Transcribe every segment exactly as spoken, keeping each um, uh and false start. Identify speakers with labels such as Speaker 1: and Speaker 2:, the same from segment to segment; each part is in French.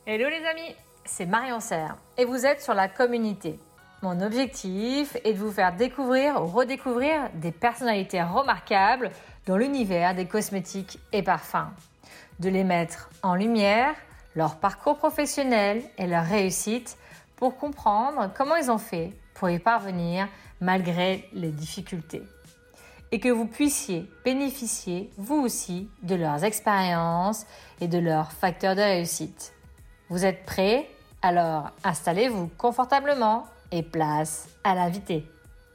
Speaker 1: Hello les amis, c'est Marion Serre et vous êtes sur la communauté. Mon objectif est de vous faire découvrir ou redécouvrir des personnalités remarquables dans l'univers des cosmétiques et parfums. De les mettre en lumière, leur parcours professionnel et leur réussite pour comprendre comment ils ont fait pour y parvenir malgré les difficultés. Et que vous puissiez bénéficier vous aussi de leurs expériences et de leurs facteurs de réussite. Vous êtes prêts? Alors installez-vous confortablement et place à l'invité.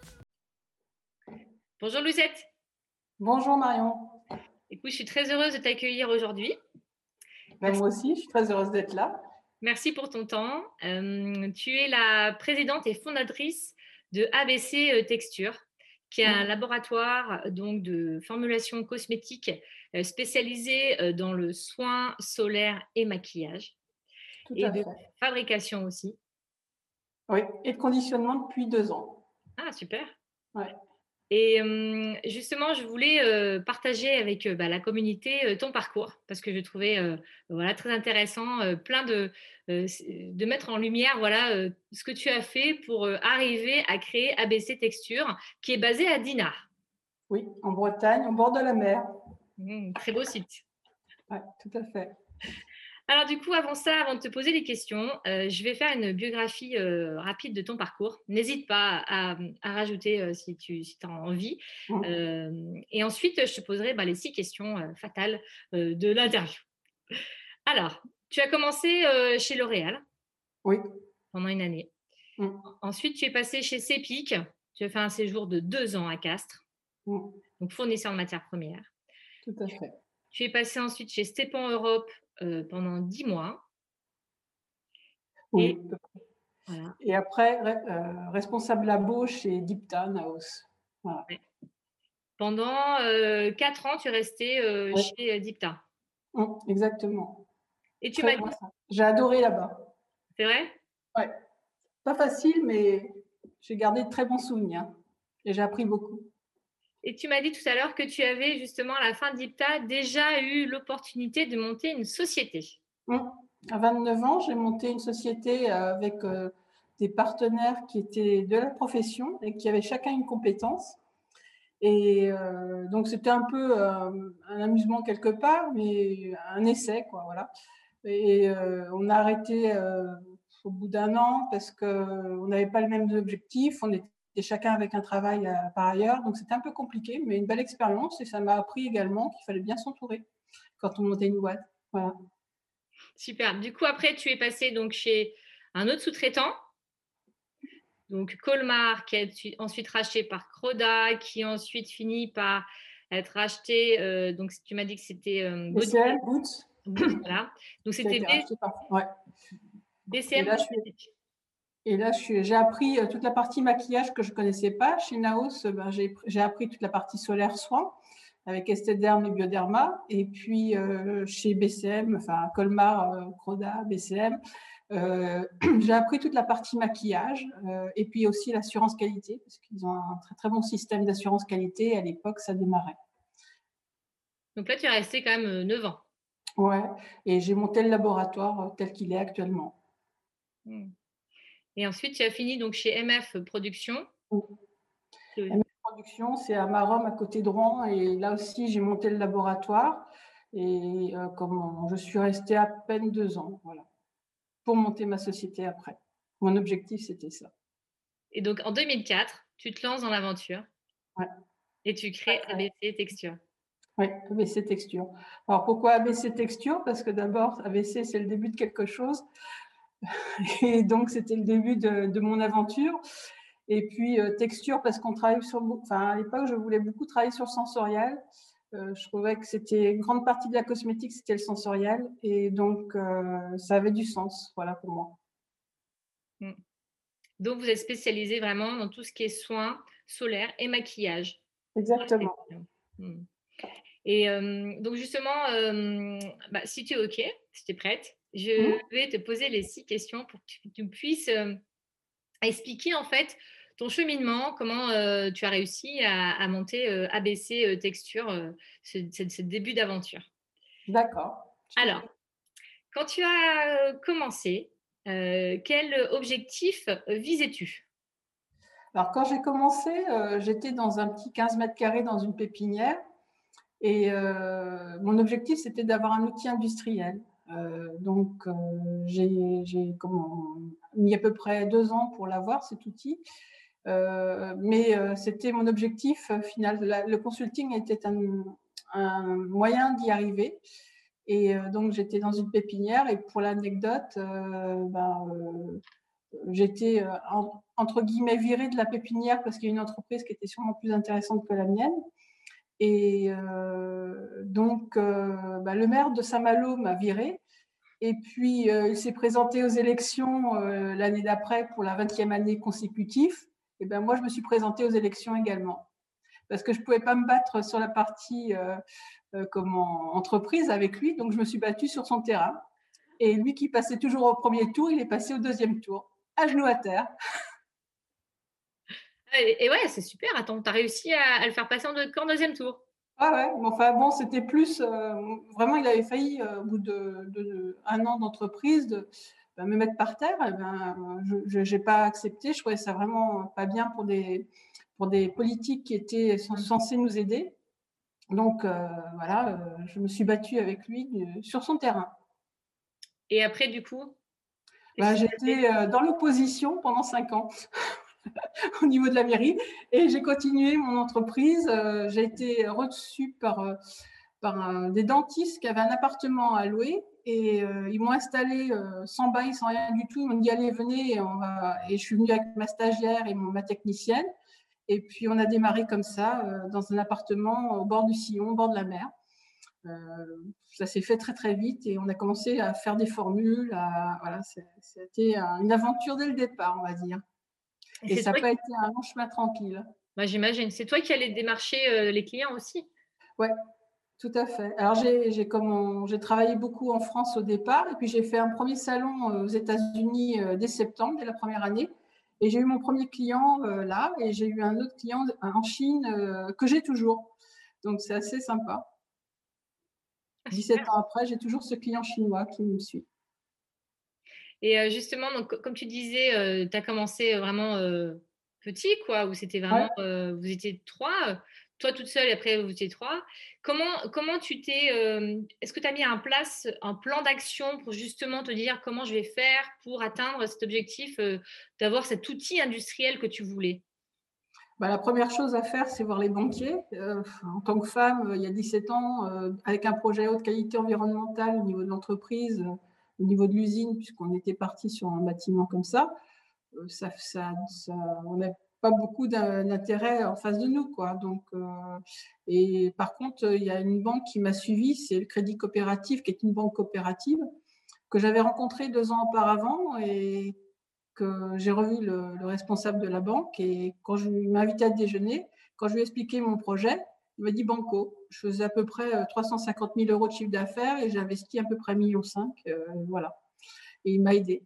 Speaker 1: Bonjour Lucette.
Speaker 2: Bonjour Marion.
Speaker 1: Écoute, je suis très heureuse de t'accueillir aujourd'hui.
Speaker 2: Ben, moi aussi, je suis très heureuse d'être là.
Speaker 1: Merci pour ton temps. Euh, tu es la présidente et fondatrice de A B C Texture, qui est un
Speaker 2: Mmh.
Speaker 1: laboratoire donc, de formulation cosmétique euh, spécialisé euh, dans le soin solaire et maquillage.
Speaker 2: Tout
Speaker 1: Et
Speaker 2: à
Speaker 1: de
Speaker 2: fait.
Speaker 1: fabrication aussi.
Speaker 2: Oui, et de conditionnement depuis deux ans.
Speaker 1: Ah, super.
Speaker 2: Ouais.
Speaker 1: Et euh, justement, je voulais euh, partager avec euh, bah, la communauté euh, ton parcours parce que je trouvais euh, voilà, très intéressant, euh, plein de, euh, de mettre en lumière voilà, euh, ce que tu as fait pour euh, arriver à créer A B C Texture qui est basé à Dinard.
Speaker 2: Oui, en Bretagne, au bord de la mer.
Speaker 1: Mmh, très beau site.
Speaker 2: Oui, tout à fait.
Speaker 1: Alors du coup, avant ça, avant de te poser des questions, euh, je vais faire une biographie euh, rapide de ton parcours. N'hésite pas à, à rajouter euh, si tu si as envie.
Speaker 2: Mmh.
Speaker 1: Euh, et ensuite, je te poserai bah, les six questions euh, fatales euh, de l'interview. Alors, tu as commencé euh, chez L'Oréal
Speaker 2: Oui.
Speaker 1: pendant une année.
Speaker 2: Mmh.
Speaker 1: Ensuite, tu es passé chez Cepic. Tu as fait un séjour de deux ans à Castres,
Speaker 2: Mmh.
Speaker 1: donc fournisseur de matières premières.
Speaker 2: Tout à fait.
Speaker 1: Tu es passé ensuite chez Stepan Europe euh, pendant dix mois.
Speaker 2: Oui.
Speaker 1: Et voilà.
Speaker 2: Et après, euh, responsable labo chez Dipta Naos. Voilà.
Speaker 1: Ouais. Pendant euh, quatre ans, tu es resté euh,
Speaker 2: Ouais.
Speaker 1: chez euh, Dipta.
Speaker 2: Mmh, exactement.
Speaker 1: Et tu
Speaker 2: Très
Speaker 1: m'as
Speaker 2: bien
Speaker 1: dit,
Speaker 2: ça. J'ai adoré là-bas.
Speaker 1: c'est vrai?
Speaker 2: Ouais. Pas facile, mais j'ai gardé de très bons souvenirs. Et j'ai appris beaucoup.
Speaker 1: Et tu m'as dit tout à l'heure que tu avais justement à la fin de Dipta déjà eu l'opportunité de monter une société.
Speaker 2: Mmh. À vingt-neuf ans, j'ai monté une société avec euh, des partenaires qui étaient de la profession et qui avaient chacun une compétence. Et euh, donc, c'était un peu euh, un amusement quelque part, mais un essai, quoi, voilà. Et euh, on a arrêté euh, au bout d'un an parce qu'on n'avait pas les mêmes objectifs. On était chacun avec un travail euh, par ailleurs. Donc, c'était un peu compliqué, mais une belle expérience. Et ça m'a appris également qu'il fallait bien s'entourer quand on montait une boîte. Voilà.
Speaker 1: Super. Du coup, après, tu es passé donc chez un autre sous-traitant, donc Colmar, qui est ensuite racheté par Croda, qui ensuite finit par être racheté. Euh, donc, tu m'as dit que c'était euh,
Speaker 2: B C M, Boots,
Speaker 1: Boots, voilà. Donc,
Speaker 2: qui a
Speaker 1: c'était
Speaker 2: été racheté par. Ouais. Et
Speaker 1: B C M
Speaker 2: là, je suis,
Speaker 1: Cosmétiques.
Speaker 2: et là, je suis, j'ai appris euh, toute la partie maquillage que je connaissais pas. Chez Naos, euh, ben, j'ai, j'ai appris toute la partie solaire soin avec Esthederm et Bioderma. Et puis, euh, chez B C M, enfin, Colmar, euh, Croda, B C M, euh, j'ai appris toute la partie maquillage euh, et puis aussi l'assurance qualité, parce qu'ils ont un très, très bon système d'assurance qualité. Et à l'époque, ça démarrait.
Speaker 1: Donc là, tu es resté quand même euh, neuf ans.
Speaker 2: Ouais. Et j'ai monté le laboratoire euh, tel qu'il est actuellement.
Speaker 1: Hmm. Et ensuite, tu as fini donc chez M F Productions.
Speaker 2: M F Production, c'est à Maromme, à côté de Rouen. Et là aussi, j'ai monté le laboratoire. Et euh, comment, je suis restée à peine deux ans, voilà, pour monter ma société après. Mon objectif, c'était ça.
Speaker 1: Et donc, en deux mille quatre, tu te lances dans l'aventure
Speaker 2: Ouais,
Speaker 1: et tu crées A B C Texture.
Speaker 2: ouais, A B C Texture. Alors, pourquoi A B C Texture? Parce que d'abord, A B C, c'est le début de quelque chose. Et donc, c'était le début de, de mon aventure. Et puis, euh, texture, parce qu'on travaille sur. Enfin, à l'époque, je voulais beaucoup travailler sur le sensoriel. Euh, je trouvais que c'était une grande partie de la cosmétique, c'était le sensoriel. Et donc, euh, ça avait du sens, voilà, pour moi.
Speaker 1: Mm. Donc, vous êtes spécialisé vraiment dans tout ce qui est soins solaires et maquillage.
Speaker 2: Exactement.
Speaker 1: Mm. Et euh, donc, justement, euh, bah, si tu es OK, si tu es prête, je
Speaker 2: Mmh.
Speaker 1: vais te poser les six questions pour que tu puisses euh, expliquer en fait ton cheminement, comment euh, tu as réussi à, à monter euh, A B C euh, Texture, euh, ce, ce- ce début d'aventure.
Speaker 2: D'accord. Je
Speaker 1: Alors,
Speaker 2: t'écoute.
Speaker 1: Quand tu as, heu, commencé, heu, quel objectif, heu, visais-tu?
Speaker 2: Alors quand j'ai commencé, heu, j'étais dans un petit quinze mètres carrés dans une pépinière et heu, mon objectif, c'était d'avoir un outil industriel. Heu, donc heu, j'ai j'ai comment mis à peu près deux ans pour l'avoir cet outil. Heu, mais heu, c'était mon objectif, heu, final. La le consulting était un un moyen d'y arriver et heu, donc j'étais dans une pépinière et pour l'anecdote, heu, ben, heu, j'étais, heu, en entre guillemets «virée» de la pépinière parce qu'il y a une entreprise qui était sûrement plus intéressante que la mienne et heu, donc heu, bah, le maire de Saint-Malo m'a virée et puis, heu, il s'est présenté aux élections, heu, l'année d'après pour la vingtième année consécutive et ben, moi, je me suis présentée aux élections également. Parce que je ne pouvais pas me battre sur la partie, heu heu, comment entreprise avec lui, donc je me suis battue sur son terrain et lui qui passait toujours au premier tour, il est passé au deuxième tour, à genoux à terre.
Speaker 1: Ah et et ouais, c'est super. Attends, tu as réussi à à le faire passer en deux qu'en deuxième tour?
Speaker 2: Ah ouais, mais enfin bon, c'était plus, heu, vraiment il avait failli, heu, au bout de de un an d'entreprise de, bah, me mettre par terre et ben, je je pas accepté. Je trouvais ça vraiment pas bien pour des pour des politiques qui étaient cen
Speaker 1: Mmh.
Speaker 2: censés nous aider. Donc heu, voilà, heu, je me suis battue avec lui, heu, sur son terrain.
Speaker 1: Et après du coup, qu'est-ce
Speaker 2: Bah,
Speaker 1: qui s'est passé?
Speaker 2: j'étais, heu, dans l'opposition pendant cinq ans au niveau de la mairie et j'ai continué mon entreprise, heu, j'ai été reçue par, heu, par un des dentistes qui avaient un appartement à louer et heu, ils m'ont installée, heu, sans bail, sans rien du tout. Ils m'ont dit: «Allez, venez, et on va» et je suis venue avec ma stagiaire et mon ma technicienne et puis on a démarré comme ça, heu, dans un appartement au bord du Sillon, au bord de la mer. Heu, Ça s'est fait très, très vite et on a commencé à faire des formules, à voilà, c'est c'était un une aventure dès le départ, on va dire
Speaker 1: Et
Speaker 2: et
Speaker 1: c'est
Speaker 2: ça a
Speaker 1: toi
Speaker 2: pas
Speaker 1: qui
Speaker 2: été un long chemin tranquille.
Speaker 1: bah, j'imagine, c'est toi qui allais démarcher, heu, les clients aussi?
Speaker 2: Ouais, tout à fait. Alors j'ai j'ai comment j'ai travaillé beaucoup en France au départ et puis j'ai fait un premier salon, heu, aux États-Unis, heu, dès septembre, dès la première année et j'ai eu mon premier client, heu, là et j'ai eu un autre client en Chine, heu, que j'ai toujours. Donc c'est assez sympa.
Speaker 1: Ah
Speaker 2: dix-sept
Speaker 1: super.
Speaker 2: ans après, j'ai toujours ce client chinois qui me suit.
Speaker 1: Et heu, justement, donc co comme tu disais, heu, tu as commencé, heu, vraiment, heu, petit quoi, où c'était
Speaker 2: Ouais.
Speaker 1: vraiment, heu, vous étiez trois, heu, toi toute seule et après vous étiez trois. Comment comment tu t'es, hem, est-ce que tu as mis en place un plan d'action pour justement te dire: «Comment je vais faire pour atteindre cet objectif, heu, d'avoir cet outil industriel que tu voulais?»
Speaker 2: Bah, la première chose à faire, c'est voir les banquiers. Heu, en tant que femme, il y a dix-sept ans, heu, avec un projet haute qualité environnementale au niveau de l'entreprise, heu, au niveau de l'usine, puisqu'on était parti sur un bâtiment comme ça, heu, ça ça ça on n'a pas beaucoup d'in d'intérêt en face de nous, quoi. Donc heu et par contre, il y a une banque qui m'a suivie, c'est le Crédit Coopératif, qui est une banque coopérative, que j'avais rencontrée deux ans auparavant et que j'ai revu le, le responsable de la banque et quand je il m'a invité à déjeuner, quand je lui ai expliqué mon projet, il m'a dit banco. Je faisais à peu près euh, trois cent cinquante mille euros de chiffre d'affaires et j'ai investi à peu près un virgule cinq million. Euh, voilà. Et il m'a aidé.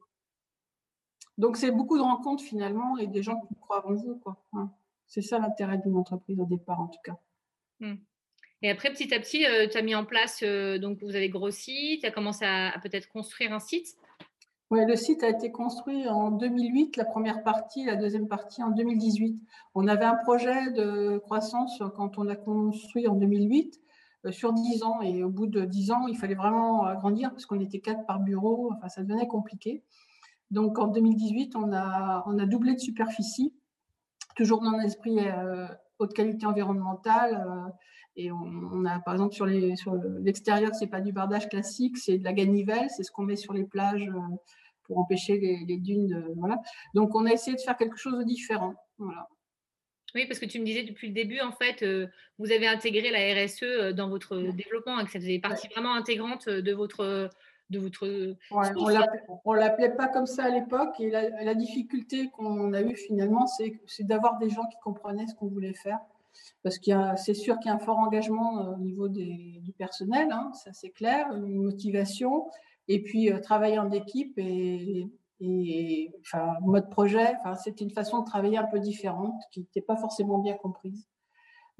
Speaker 2: Donc c'est beaucoup de rencontres finalement et des gens qui croient en vous. Quoi. Hein. C'est ça l'intérêt d'une entreprise au départ en tout cas.
Speaker 1: Mmh. Et après petit à petit, heu, tu as mis en place, heu, donc vous avez grossi, tu as commencé à à peut-être construire un site?
Speaker 2: Ouais, le site a été construit en deux mille huit, la première partie, la deuxième partie en deux mille dix-huit. On avait un projet de croissance quand on a construit en deux mille huit euh, sur dix ans et au bout de dix ans, il fallait vraiment agrandir parce qu'on était quatre par bureau, enfin ça devenait compliqué. Donc en deux mille dix-huit, on a, on a doublé de superficie, toujours dans l'esprit euh, haute qualité environnementale. Euh, et on, on a par exemple sur, les, sur l'extérieur, c'est pas du bardage classique, c'est de la ganivelle, c'est ce qu'on met sur les plages. Euh, pour empêcher les, les dunes de, voilà. Donc on a essayé de faire quelque chose de différent. Voilà.
Speaker 1: Oui, parce que tu me disais depuis le début, en fait, heu, vous avez intégré la R S E, heu, dans votre développement et que ça faisait
Speaker 2: Ouais.
Speaker 1: partie vraiment intégrante, de votre, de votre
Speaker 2: Ouais, on
Speaker 1: source.
Speaker 2: l'appelait, on l'appelait pas comme ça à l'époque et la, la difficulté qu'on a eue finalement, c'est, c'est d'avoir des gens qui comprenaient ce qu'on voulait faire. Parce qu'il y a, c'est sûr qu'il y a un fort engagement euh, au niveau des, du personnel, hein, ça c'est clair, une motivation, et puis euh, travailler en équipe et, et enfin, mode projet, enfin, c'était une façon de travailler un peu différente qui n'était pas forcément bien comprise.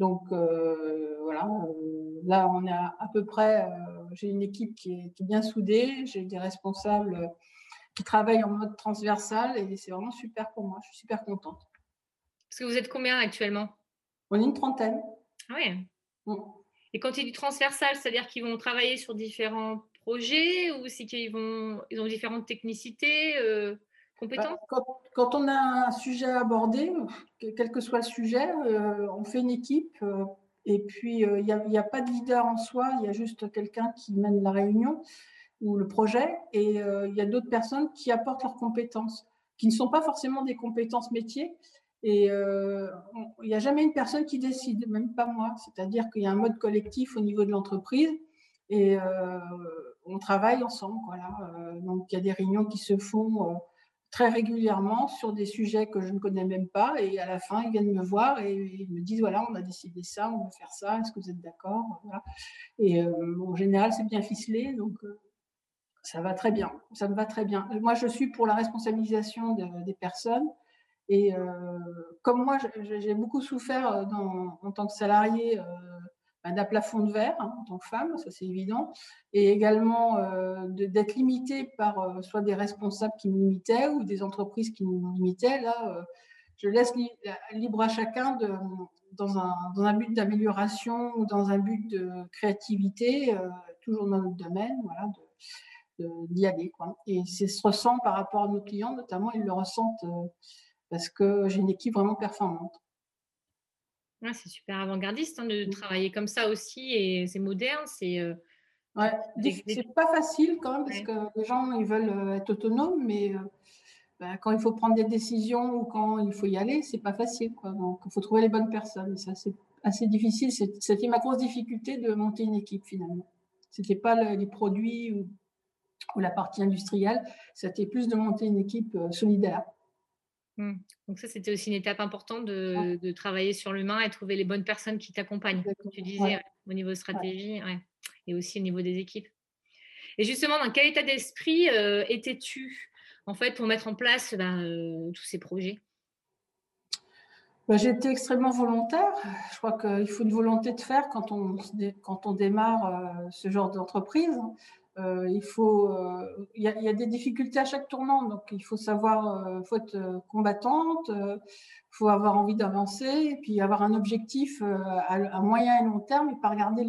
Speaker 2: Donc euh, voilà, euh, là on est à, à peu près, euh, j'ai une équipe qui est, qui est bien soudée, j'ai des responsables qui travaillent en mode transversal et c'est vraiment super pour moi, je suis super contente.
Speaker 1: Parce que vous êtes combien actuellement?
Speaker 2: On est une trentaine.
Speaker 1: Ah ouais.
Speaker 2: Bon.
Speaker 1: Et quand tu dis transversal, c'est-à-dire qu'ils vont travailler sur différents projets ou c'est qu'ils vont, ils ont différentes technicités, euh, compétences?
Speaker 2: Quand, quand on a un sujet à aborder, quel que soit le sujet, euh, on fait une équipe euh, et puis il euh, n'y a, y a pas de leader en soi, il y a juste quelqu'un qui mène la réunion ou le projet et il euh, y a d'autres personnes qui apportent leurs compétences, qui ne sont pas forcément des compétences métiers. Et il euh, n'y a jamais une personne qui décide, même pas moi. C'est-à-dire qu'il y a un mode collectif au niveau de l'entreprise et euh, on travaille ensemble. Voilà. Euh, donc il y a des réunions qui se font euh, très régulièrement sur des sujets que je ne connais même pas. Et à la fin, ils viennent me voir et ils me disent voilà, on a décidé ça, on veut faire ça. Est-ce que vous êtes d'accord? Voilà. Et euh, en général, c'est bien ficelé, donc euh, ça va très bien. Ça me va très bien. Moi, je suis pour la responsabilisation de, des personnes. Et euh, comme moi, j'ai beaucoup souffert dans, en tant que salarié euh, d'un plafond de verre, hein, en tant que femme, ça c'est évident, et également euh, d'être limitée par euh, soit des responsables qui me limitaient ou des entreprises qui me limitaient. Là, euh, je laisse li libre à chacun de, dans, un, dans un but d'amélioration ou dans un but de créativité, euh, toujours dans notre domaine, voilà, d'y aller, quoi. Et c'est se ressent par rapport à nos clients, notamment, ils le ressentent. Euh, parce que j'ai une équipe vraiment performante.
Speaker 1: Ouais, c'est super avant-gardiste hein, de travailler comme ça aussi et c'est moderne. C'est euh,
Speaker 2: ouais,
Speaker 1: des, des...
Speaker 2: c'est pas facile quand même parce
Speaker 1: ouais.
Speaker 2: que les gens ils veulent être autonomes, mais euh, ben, quand il faut prendre des décisions ou quand il faut y aller, c'est pas facile, quoi. Donc il faut trouver les bonnes personnes. Et ça c'est assez difficile. C'était ma grosse difficulté de monter une équipe finalement. C'était pas le, les produits ou, ou la partie industrielle, c'était plus de monter une équipe euh, solidaire.
Speaker 1: Mmh. Donc ça, c'était aussi une étape importante de, de travailler sur l'humain et trouver les bonnes personnes qui t'accompagnent, comme tu disais,
Speaker 2: Ouais.
Speaker 1: ouais, au niveau
Speaker 2: Ouais.
Speaker 1: stratégie ouais, et aussi au niveau des équipes. Et justement, dans quel état d'esprit euh, étais-tu en fait pour mettre en place ben, euh, tous ces projets?
Speaker 2: Ben, j'ai été extrêmement volontaire. Je crois qu'il faut une volonté de faire quand on, quand on démarre euh, ce genre d'entreprise. Euh, il faut, euh, il y, a, il y a des difficultés à chaque tournant, donc il faut savoir, euh, faut être combattante, euh, faut avoir envie d'avancer, et puis avoir un objectif euh, à, à moyen et long terme, et pas regarder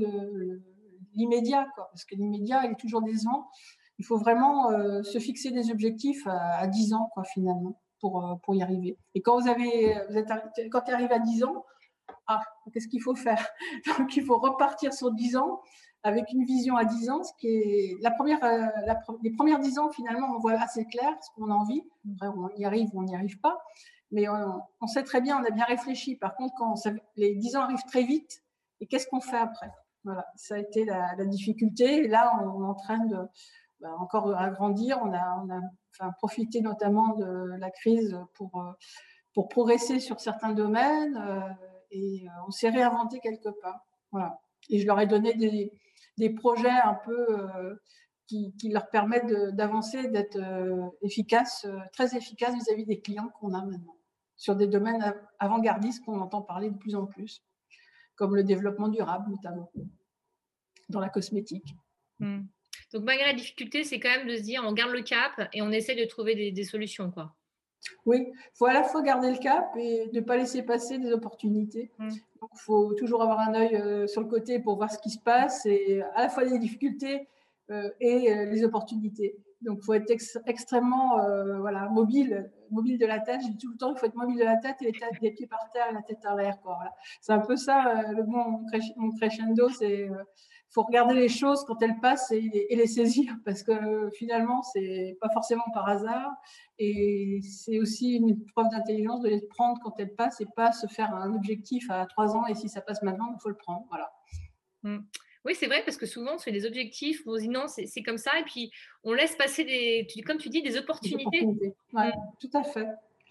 Speaker 2: l'immédiat, quoi, parce que l'immédiat, il est toujours décevant. Il faut vraiment euh, se fixer des objectifs à, à dix ans, quoi, finalement. Pour, pour y arriver. Et quand vous avez, vous êtes, quand tu arrives à dix ans, ah, qu'est-ce qu'il faut faire? Donc, il faut repartir sur dix ans avec une vision à dix ans, ce qui est la première, euh, la, les premières dix ans, finalement, on voit assez clair ce qu'on a envie. Après, on y arrive ou on n'y arrive pas. Mais on, on, sait très bien, on a bien réfléchi. Par contre, quand on, les dix ans arrivent très vite, et qu'est-ce qu'on fait après? Voilà, ça a été la, la difficulté. Et là, on est en train de bah, encore agrandir. On a, on a enfin, profité notamment de la crise pour, pour progresser sur certains domaines euh, et on s'est réinventé quelque part. Voilà. Et je leur ai donné des, des projets un peu euh, qui, qui leur permettent d'avancer, d'être euh, efficaces, euh, très efficaces vis-à-vis des clients qu'on a maintenant, sur des domaines avant-gardistes qu'on entend parler de plus en plus, comme le développement durable notamment, dans la cosmétique.
Speaker 1: Mmh. Donc malgré la difficulté, c'est quand même de se dire on garde le cap et on essaie de trouver des, des solutions, quoi.
Speaker 2: Oui, il faut à la fois garder le cap et ne pas laisser passer des opportunités. Mmh. Donc, il faut toujours avoir un œil euh, sur le côté pour voir ce qui se passe et à la fois les difficultés euh, et euh, les opportunités. Donc, il faut être ex extrêmement euh, voilà, mobile, mobile de la tête. Je dis tout le temps, il faut être mobile de la tête et les, têtes, les pieds par terre et la tête en l'air. Voilà. C'est un peu ça, euh, le bon mon crescendo, c'est euh, faut regarder les choses quand elles passent et, et les saisir parce que finalement, c'est pas forcément par hasard. Et c'est aussi une preuve d'intelligence de les prendre quand elles passent et pas se faire un objectif à trois ans et si ça passe maintenant, il faut le prendre. Voilà.
Speaker 1: Mmh. Oui, c'est vrai, parce que souvent, on se fait des objectifs, on se dit non, c'est comme ça, et puis on laisse passer, des, comme tu dis, des opportunités.
Speaker 2: Des opportunités. Ouais, mmh. Tout à fait.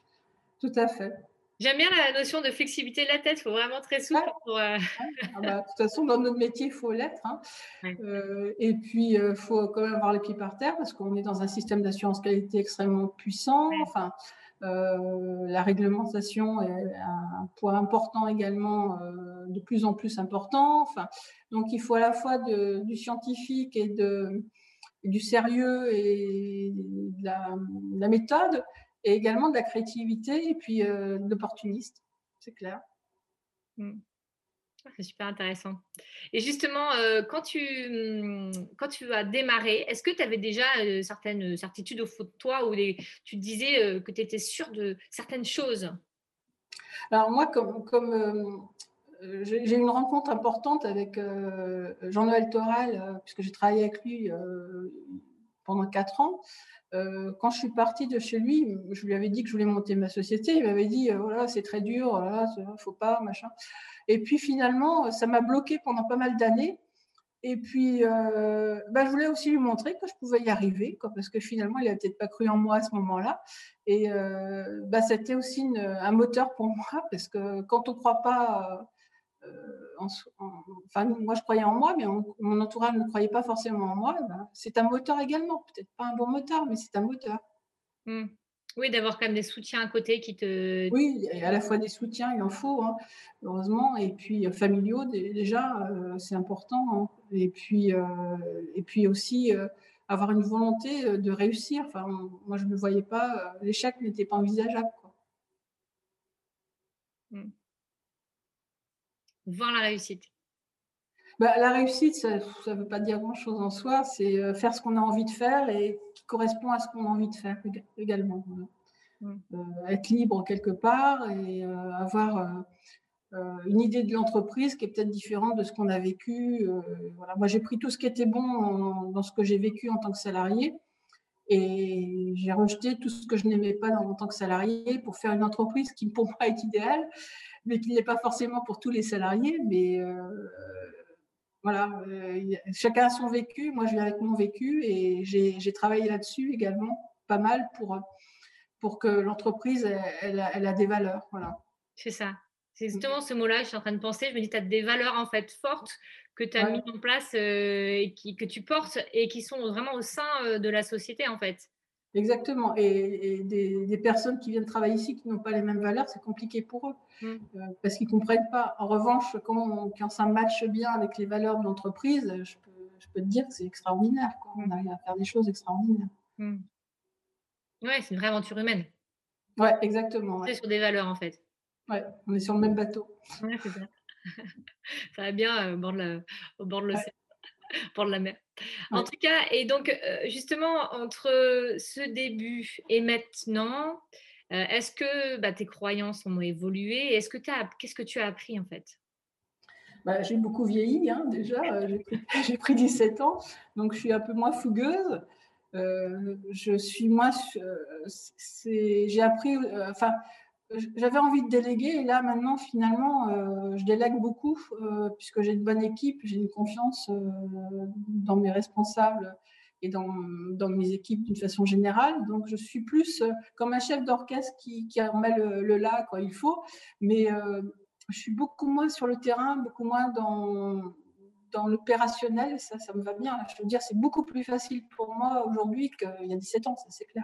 Speaker 2: Tout à fait.
Speaker 1: J'aime bien la notion de flexibilité de la tête, il faut vraiment très souple. Ouais. Pour, euh...
Speaker 2: ouais. Ah bah, de toute façon, dans notre métier, il faut l'être. Hein. Ouais. Euh, et puis, il euh, faut quand même avoir les pieds par terre parce qu'on est dans un système d'assurance qualité extrêmement puissant. Ouais. Enfin, Euh, la réglementation est un point important également, euh, de plus en plus important. Enfin, donc, il faut à la fois de, du scientifique et, de, et du sérieux et de la, de la méthode, et également de la créativité et puis euh, de l'opportuniste, c'est clair.
Speaker 1: Mm. C'est super intéressant. Et justement, euh, quand tu, hum, quand tu as démarré, est-ce que tu avais déjà euh, certaines certitudes au fond de toi ou des, tu te disais euh, que tu étais sûre de certaines choses?
Speaker 2: Alors moi, comme, comme euh, j'ai eu une rencontre importante avec euh, Jean-Noël Torel, euh, puisque j'ai travaillé avec lui euh, pendant quatre ans. Euh, quand je suis partie de chez lui, je lui avais dit que je voulais monter ma société. Il m'avait dit, euh, voilà, c'est très dur, voilà, faut pas, machin. Et puis finalement, ça m'a bloqué pendant pas mal d'années. Et puis, euh, bah, je voulais aussi lui montrer que je pouvais y arriver, quoi, parce que finalement, il n'a peut-être pas cru en moi à ce moment-là. Et euh, bah, c'était aussi une, un moteur pour moi, parce que quand on ne croit pas, euh, en, en, enfin, moi je croyais en moi, mais on, mon entourage ne croyait pas forcément en moi, bah, c'est un moteur également. Peut-être pas un bon moteur, mais c'est un moteur.
Speaker 1: Mm. Oui, d'avoir quand même des soutiens à côté qui te...
Speaker 2: Oui, il y a à la fois des soutiens, il en faut, hein, heureusement, et puis euh, familiaux déjà, euh, c'est important, hein. Et puis, euh, et puis aussi euh, avoir une volonté euh, de réussir. Enfin, moi, je ne voyais pas, euh, l'échec n'était pas envisageable, quoi.
Speaker 1: Mm. Voir la réussite.
Speaker 2: Bah, la réussite, ça ne veut pas dire grand-chose en soi, c'est euh, faire ce qu'on a envie de faire et qui correspond à ce qu'on a envie de faire également. Voilà.
Speaker 1: Mm.
Speaker 2: Euh, être libre quelque part et euh, avoir euh, euh, une idée de l'entreprise qui est peut-être différente de ce qu'on a vécu. Euh, voilà. Moi, j'ai pris tout ce qui était bon en, dans ce que j'ai vécu en tant que salarié et j'ai rejeté tout ce que je n'aimais pas dans, en tant que salarié pour faire une entreprise qui, pour moi, est idéale, mais qui n'est pas forcément pour tous les salariés. Mais euh, voilà, euh, chacun a son vécu. Moi, je viens avec mon vécu et j'ai, j'ai travaillé là-dessus également pas mal pour, pour que l'entreprise, elle, elle, a, elle a des valeurs. Voilà.
Speaker 1: C'est ça. C'est justement ce mot-là, je suis en train de penser. Je me dis, tu as des valeurs en fait fortes que tu as
Speaker 2: Ouais.
Speaker 1: mis en place euh, et qui, que tu portes et qui sont vraiment au sein euh, de la société en fait.
Speaker 2: Exactement. Et, et des, des, personnes qui viennent travailler ici qui n'ont pas les mêmes valeurs, c'est compliqué pour eux
Speaker 1: Mm.
Speaker 2: euh, parce qu'ils ne comprennent pas. En revanche, quand, on, quand ça matche bien avec les valeurs de l'entreprise, je peux, je peux te dire que c'est extraordinaire, quoi.
Speaker 1: Mm.
Speaker 2: On arrive à faire des choses extraordinaires.
Speaker 1: Mm. Ouais, c'est une vraie aventure humaine.
Speaker 2: Ouais, exactement. Ouais.
Speaker 1: C'est sur des valeurs en fait.
Speaker 2: Ouais, on est sur le même bateau.
Speaker 1: Ouais, c'est ça. Ça va bien euh, au bord de la, au bord de l'océan,
Speaker 2: Ouais.
Speaker 1: au bord de la mer. En
Speaker 2: Ouais.
Speaker 1: tout cas, et donc euh, justement, entre ce début et maintenant, euh, est-ce que bah, tes croyances ont évolué? Est-ce que tu as, qu'est-ce que tu as appris en fait?
Speaker 2: Bah, j'ai beaucoup vieilli, hein, déjà. Euh, j'ai, pris, j'ai pris dix-sept ans, donc je suis un peu moins fougueuse. Euh, je suis moins. Euh, c'est, j'ai appris. Euh, enfin, j'avais envie de déléguer et là maintenant finalement euh, je délègue beaucoup euh, puisque j'ai une bonne équipe, j'ai une confiance euh, dans mes responsables et dans, dans mes équipes d'une façon générale. Donc je suis plus euh, comme un chef d'orchestre qui, qui remet le, le là quand il faut, mais euh, je suis beaucoup moins sur le terrain, beaucoup moins dans, dans l'opérationnel. Ça, ça me va bien. Je veux dire, c'est beaucoup plus facile pour moi aujourd'hui qu'il y a dix-sept ans, ça c'est clair.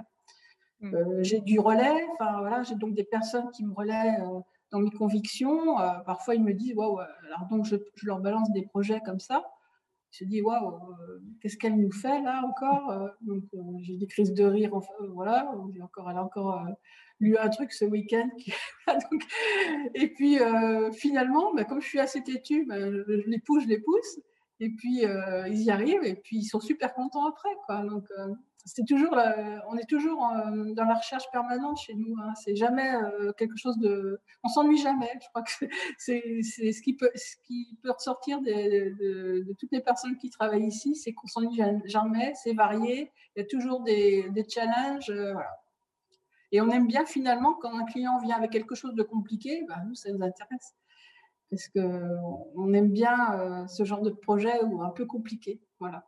Speaker 2: Euh, j'ai du relais, enfin voilà, j'ai donc des personnes qui me relaient euh, dans mes convictions. Euh, parfois, ils me disent waouh, alors donc je, je, leur balance des projets comme ça. Je me dis waouh, euh, qu'est-ce qu'elle nous fait là encore euh, Donc euh, j'ai des crises de rire, enfin, euh, voilà. J'ai encore, elle a encore euh, lu un truc ce week-end. Qui, donc, et puis euh, finalement, bah, comme je suis assez têtue, bah, je, je les pousse, je les pousse. Et puis euh, ils y arrivent et puis ils sont super contents après, quoi. Donc euh, c'est toujours, la, on est toujours euh, dans la recherche permanente chez nous. Hein. C'est jamais euh, quelque chose de, on s'ennuie jamais. Je crois que c'est, c'est ce qui peut, ce qui peut ressortir de, de, de toutes les personnes qui travaillent ici, c'est qu'on s'ennuie jamais. C'est varié. Il y a toujours des, des challenges. Euh, voilà. Et on aime bien finalement quand un client vient avec quelque chose de compliqué, bah, nous ça nous intéresse parce que on aime bien euh, ce genre de projet ou un peu compliqué. Voilà.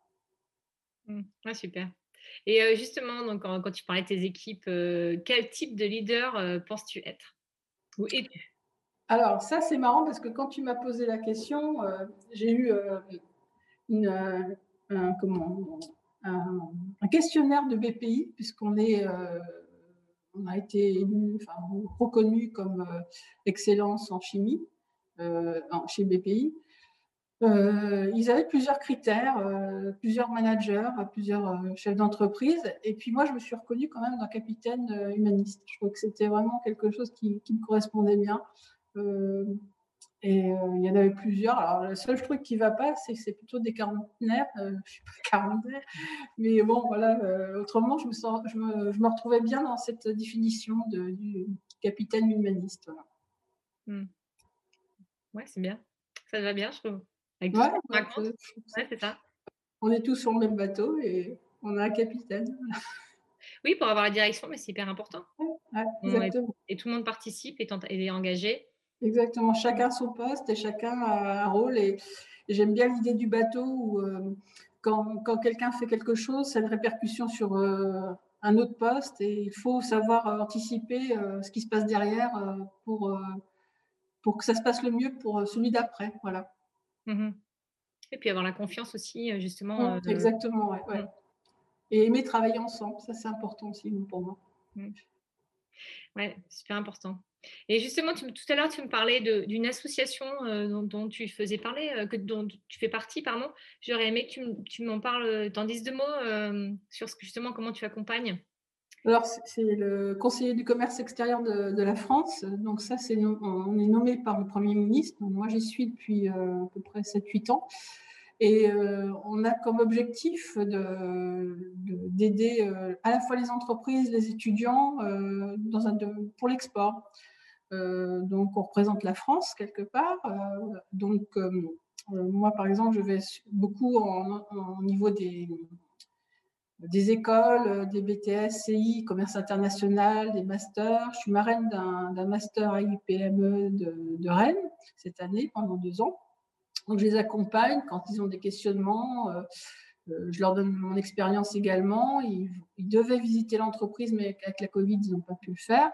Speaker 1: Mmh. Ouais, super. Et euh, justement, donc, quand, quand tu parlais de tes équipes, euh, quel type de leader euh, penses-tu être? Ou es-tu?
Speaker 2: Alors ça c'est marrant parce que quand tu m'as posé la question, euh, j'ai eu euh, une, euh, un, comment, un, un questionnaire de B P I puisqu'on est, euh, on a été élu, enfin, reconnu comme euh, excellence en chimie euh, en, chez B P I. Euh, ils avaient plusieurs critères, euh, plusieurs managers, plusieurs euh, chefs d'entreprise. Et puis moi, je me suis reconnue quand même dans capitaine euh, humaniste. Je trouve que c'était vraiment quelque chose qui, qui me correspondait bien. Euh, et euh, il y en avait plusieurs. Alors, le seul truc qui ne va pas, c'est que c'est plutôt des quarantenaires. Euh, je ne suis pas quarantaire. Mais bon, voilà. Euh, autrement, je me, sens, je, me, je me retrouvais bien dans cette définition de, du capitaine humaniste. Voilà.
Speaker 1: Hmm. Ouais, c'est bien. Ça va bien, je trouve. Avec tout
Speaker 2: Ouais,
Speaker 1: ce que tu
Speaker 2: ouais,
Speaker 1: racontes. Ouais, c'est ça.
Speaker 2: On est tous sur le même bateau et on a un capitaine.
Speaker 1: Oui, pour avoir la direction, mais c'est hyper important.
Speaker 2: Ouais,
Speaker 1: On est-
Speaker 2: exactement.
Speaker 1: et tout le monde participe et est, en- et est engagé.
Speaker 2: Exactement. Chacun son poste et chacun a un rôle. Et, et j'aime bien l'idée du bateau où euh, quand, quand quelqu'un fait quelque chose, ça a une répercussion sur euh, un autre poste et il faut savoir euh, anticiper euh, ce qui se passe derrière euh, pour, euh, pour que ça se passe le mieux pour celui d'après. Voilà.
Speaker 1: Mhm. Et puis avoir la confiance aussi, euh, justement.
Speaker 2: Mmh,
Speaker 1: euh,
Speaker 2: exactement. Ouais, ouais.
Speaker 1: mm,
Speaker 2: Et aimer travailler ensemble. Ça, c'est important aussi pour moi.
Speaker 1: mm. Ouais, super important. Et justement, tu, tout à l'heure, tu me parlais de- d'une association euh, dont, dont tu faisais parler, euh, que, dont tu fais partie, pardon. J'aurais aimé que tu, m- tu m'en parles, t'en dises deux mots euh, sur ce que, justement comment tu accompagnes.
Speaker 2: Alors, c'est le conseiller du commerce extérieur de, de la France. Donc ça, c'est on est nommé par le Premier ministre. Donc moi, j'y suis depuis euh, à peu près sept huit ans. Et euh, on a comme objectif de, d'aider euh, à la fois les entreprises, les étudiants euh, dans un, de, pour l'export. Euh, donc, on représente la France quelque part. Euh, donc, euh, moi, par exemple, je vais beaucoup au niveau des des écoles, des B T S, C I, commerce international, des masters. Je suis marraine d'un, d'un master A I P M E de, de Rennes cette année pendant deux ans. Donc, je les accompagne quand ils ont des questionnements. Euh, euh, je leur donne mon expérience également. Ils, ils devaient visiter l'entreprise, mais avec la Covid, ils n'ont pas pu le faire.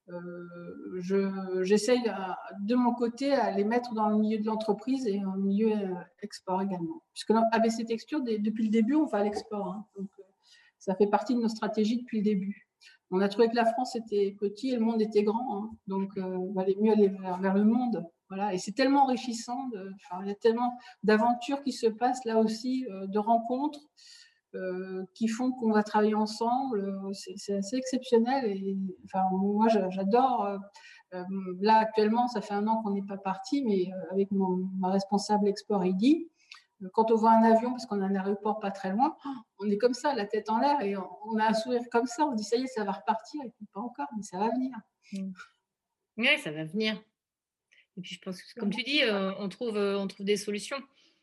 Speaker 2: Euh, je, j'essaye de mon côté à les mettre dans le milieu de l'entreprise et en milieu euh, export également. Puisque A B C Texture, depuis le début, on va à l'export. Hein. Donc, euh, ça fait partie de nos stratégies depuis le début. On a trouvé que la France était petit et le monde était grand. Hein. Donc, euh, il valait mieux aller vers, vers le monde. Voilà. Et c'est tellement enrichissant. De, enfin, il y a tellement d'aventures qui se passent là aussi, euh, de rencontres euh, qui font qu'on va travailler ensemble. C'est, c'est assez exceptionnel. Et, enfin, moi, j'adore. Euh, euh, là, actuellement, ça fait un an qu'on n'est pas parti, mais euh, avec mon, ma responsable export, Heidi, quand on voit un avion, parce qu'on a un aéroport pas très loin, on est comme ça, la tête en l'air, et on a un sourire comme ça, on se dit ça y est, ça va repartir, et puis pas encore, mais ça va venir.
Speaker 1: Mm. Oui, ça va venir. Et puis je pense que, comme tu dis, euh, on trouve, euh, on trouve des solutions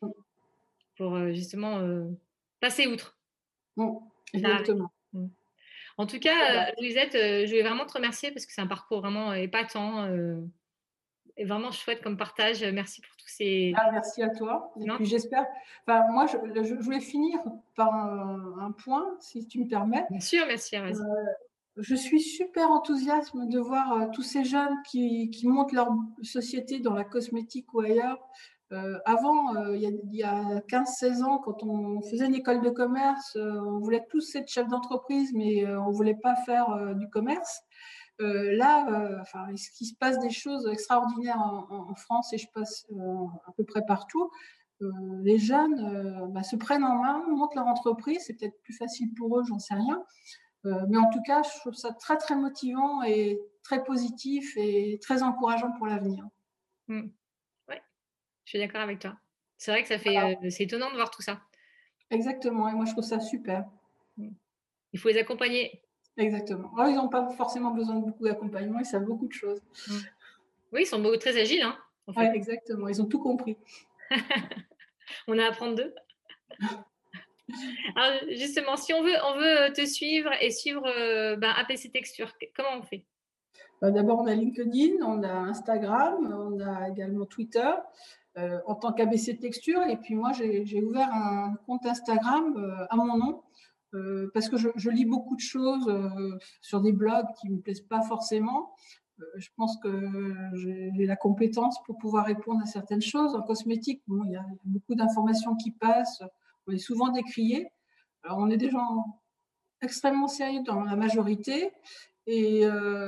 Speaker 1: pour euh, justement euh, passer outre.
Speaker 2: Bon,
Speaker 1: Ça arrive.
Speaker 2: exactement.
Speaker 1: Mm. En tout cas, euh, Louisette, euh, je vais vraiment te remercier parce que c'est un parcours vraiment épatant euh, et vraiment chouette comme partage. Merci pour tous ces.
Speaker 2: Ah, merci à toi. Et
Speaker 1: Non,
Speaker 2: puis j'espère. Enfin, moi, je, je, voulais finir par un, un point, si tu me permets.
Speaker 1: bien sûr, merci. Vas-y.
Speaker 2: Euh, je suis super enthousiaste de voir euh, tous ces jeunes qui, qui montent leur société dans la cosmétique ou ailleurs. Euh, avant, euh, il, y a, il y a quinze seize ans, quand on faisait une école de commerce, euh, on voulait tous être chefs d'entreprise, mais euh, on ne voulait pas faire euh, du commerce. Euh, là, euh, enfin, il se passe des choses extraordinaires en, en, en France et je passe euh, à peu près partout. Euh, les jeunes euh, bah, se prennent en main, montent leur entreprise. C'est peut-être plus facile pour eux, j'en sais rien. Euh, mais en tout cas, je trouve ça très, très motivant et très positif et très encourageant pour l'avenir.
Speaker 1: Mm. Ouais, je suis d'accord avec toi. C'est vrai que ça fait, euh, c'est étonnant de voir tout ça.
Speaker 2: Exactement. Et moi, je trouve ça super.
Speaker 1: Mm. Il faut les accompagner.
Speaker 2: Exactement. Alors, ils n'ont pas forcément besoin de beaucoup d'accompagnement, ils savent beaucoup de choses.
Speaker 1: Mm. Oui, ils sont beaux- très agiles, hein, en
Speaker 2: Ouais,
Speaker 1: fait.
Speaker 2: exactement. Ils ont tout compris.
Speaker 1: On a à apprendre d'eux. Alors, justement, si on veut, on veut te suivre et suivre euh, ben, A P C Texture, comment on fait?
Speaker 2: Euh, D'abord, on a LinkedIn, on a Instagram, on a également Twitter euh, en tant qu'A B C Texture. Et puis moi, j'ai ouvert un compte Instagram euh, à mon nom euh, parce que je, je, lis beaucoup de choses euh, sur des blogs qui ne me plaisent pas forcément. Euh, je pense que j'ai la compétence pour pouvoir répondre à certaines choses. En cosmétique, bon, il y a beaucoup d'informations qui passent. On est souvent décrié. Alors, on est des gens extrêmement sérieux dans la majorité. Et, euh,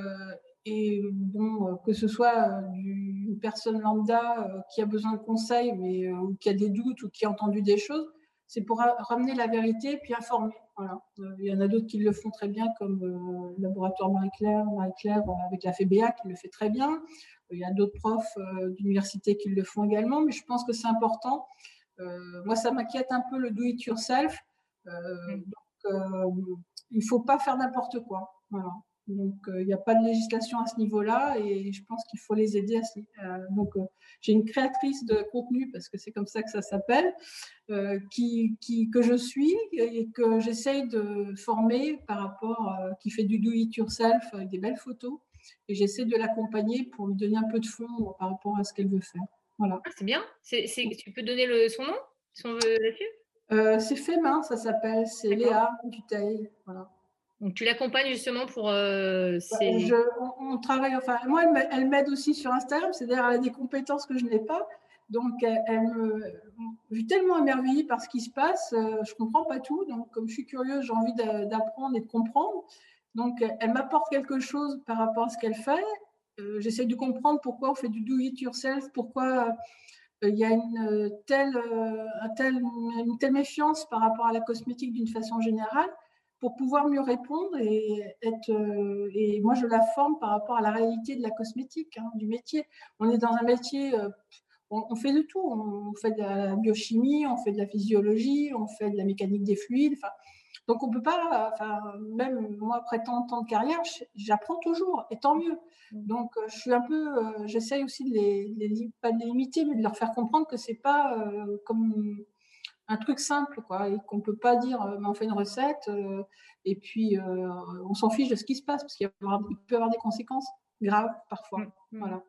Speaker 2: et bon, que ce soit une personne lambda qui a besoin de conseils, mais ou qui a des doutes ou qui a entendu des choses, c'est pour ramener la vérité puis informer. Voilà. Il y en a d'autres qui le font très bien, comme le laboratoire Marie-Claire, Marie-Claire avec la F B A qui le fait très bien. Il y a d'autres profs d'université qui le font également, mais je pense que c'est important. Euh, moi, ça m'inquiète un peu le do it yourself. Euh, mmh. Donc, euh, il ne faut pas faire n'importe quoi. Voilà. Donc, il euh, n'y a pas de législation à ce niveau-là et je pense qu'il faut les aider à ce euh, Donc, euh, j'ai une créatrice de contenu, parce que c'est comme ça que ça s'appelle, euh, qui, qui, que je suis et que j'essaye de former par rapport, euh, qui fait du do-it-yourself avec des belles photos. Et j'essaie de l'accompagner pour lui donner un peu de fond par rapport à ce qu'elle veut faire. Voilà.
Speaker 1: Ah, c'est bien. C'est, c'est, tu peux donner le, son nom si on veut là-dessus
Speaker 2: euh, C'est fait main, ça s'appelle. C'est D'accord. Léa Duteil. Voilà.
Speaker 1: Donc, tu l'accompagnes justement pour… Euh,
Speaker 2: ces... je, on, on travaille… Enfin, moi, elle m'aide aussi sur Instagram. C'est-à-dire, elle a des compétences que je n'ai pas. Donc, elle, elle me… Je suis tellement émerveillée par ce qui se passe. Euh, je ne comprends pas tout. Donc, comme je suis curieuse, j'ai envie d'apprendre et de comprendre. Donc, elle m'apporte quelque chose par rapport à ce qu'elle fait. Euh, J'essaie de comprendre pourquoi on fait du do-it-yourself, pourquoi… il y a une telle, un tel, une telle méfiance par rapport à la cosmétique d'une façon générale, pour pouvoir mieux répondre et être. Et moi, je la forme par rapport à la réalité de la cosmétique, hein, du métier. On est dans un métier, on, on fait de tout. On fait de la biochimie, on fait de la physiologie, on fait de la mécanique des fluides. Enfin, donc, on ne peut pas, enfin, même moi, après tant de temps de carrière, j'apprends toujours, et tant mieux. Donc, je suis un peu, euh, j'essaye aussi de les, les, pas de les limiter, mais de leur faire comprendre que ce n'est pas euh, comme un truc simple, quoi, et qu'on ne peut pas dire, euh, on fait une recette, euh, et puis euh, on s'en fiche de ce qui se passe, parce qu'il peut y avoir des conséquences graves, parfois. Mmh. Voilà.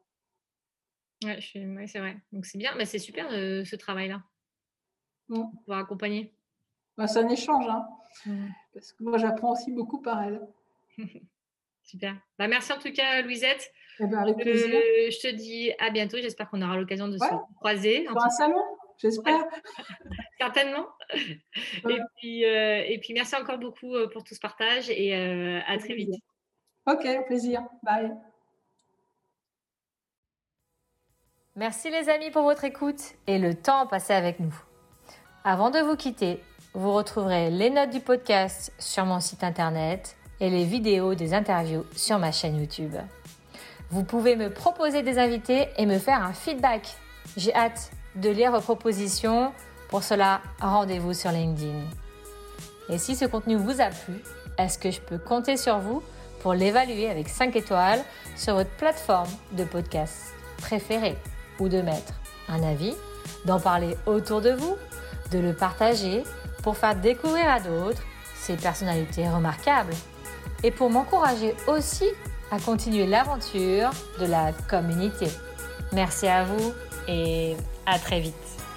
Speaker 1: Ouais, ouais, c'est vrai. Donc, c'est bien, mais c'est super euh, ce travail-là, mmh. pour pouvoir accompagner.
Speaker 2: Bah, c'est un échange, hein, mmh. parce que moi, j'apprends aussi beaucoup par elle.
Speaker 1: Super. Bah, merci en tout cas, Louisette.
Speaker 2: Eh ben, avec plaisir.
Speaker 1: Euh, je te dis à bientôt. J'espère qu'on aura l'occasion de ouais. se croiser.
Speaker 2: Sur un salon, j'espère.
Speaker 1: Ouais. Certainement. Ouais. Et, puis, euh, et puis, merci encore beaucoup pour tout ce partage et euh, à très vite.
Speaker 2: Ok, plaisir. Bye.
Speaker 1: Merci les amis pour votre écoute et le temps passé avec nous. Avant de vous quitter, vous retrouverez les notes du podcast sur mon site internet et les vidéos des interviews sur ma chaîne YouTube. Vous pouvez me proposer des invités et me faire un feedback. J'ai hâte de lire vos propositions. Pour cela, rendez-vous sur LinkedIn. Et si ce contenu vous a plu, est-ce que je peux compter sur vous pour l'évaluer avec cinq étoiles sur votre plateforme de podcast préférée ou de mettre un avis, d'en parler autour de vous, de le partager pour faire découvrir à d'autres ces personnalités remarquables et pour m'encourager aussi à continuer l'aventure de la communauté. Merci à vous et à très vite.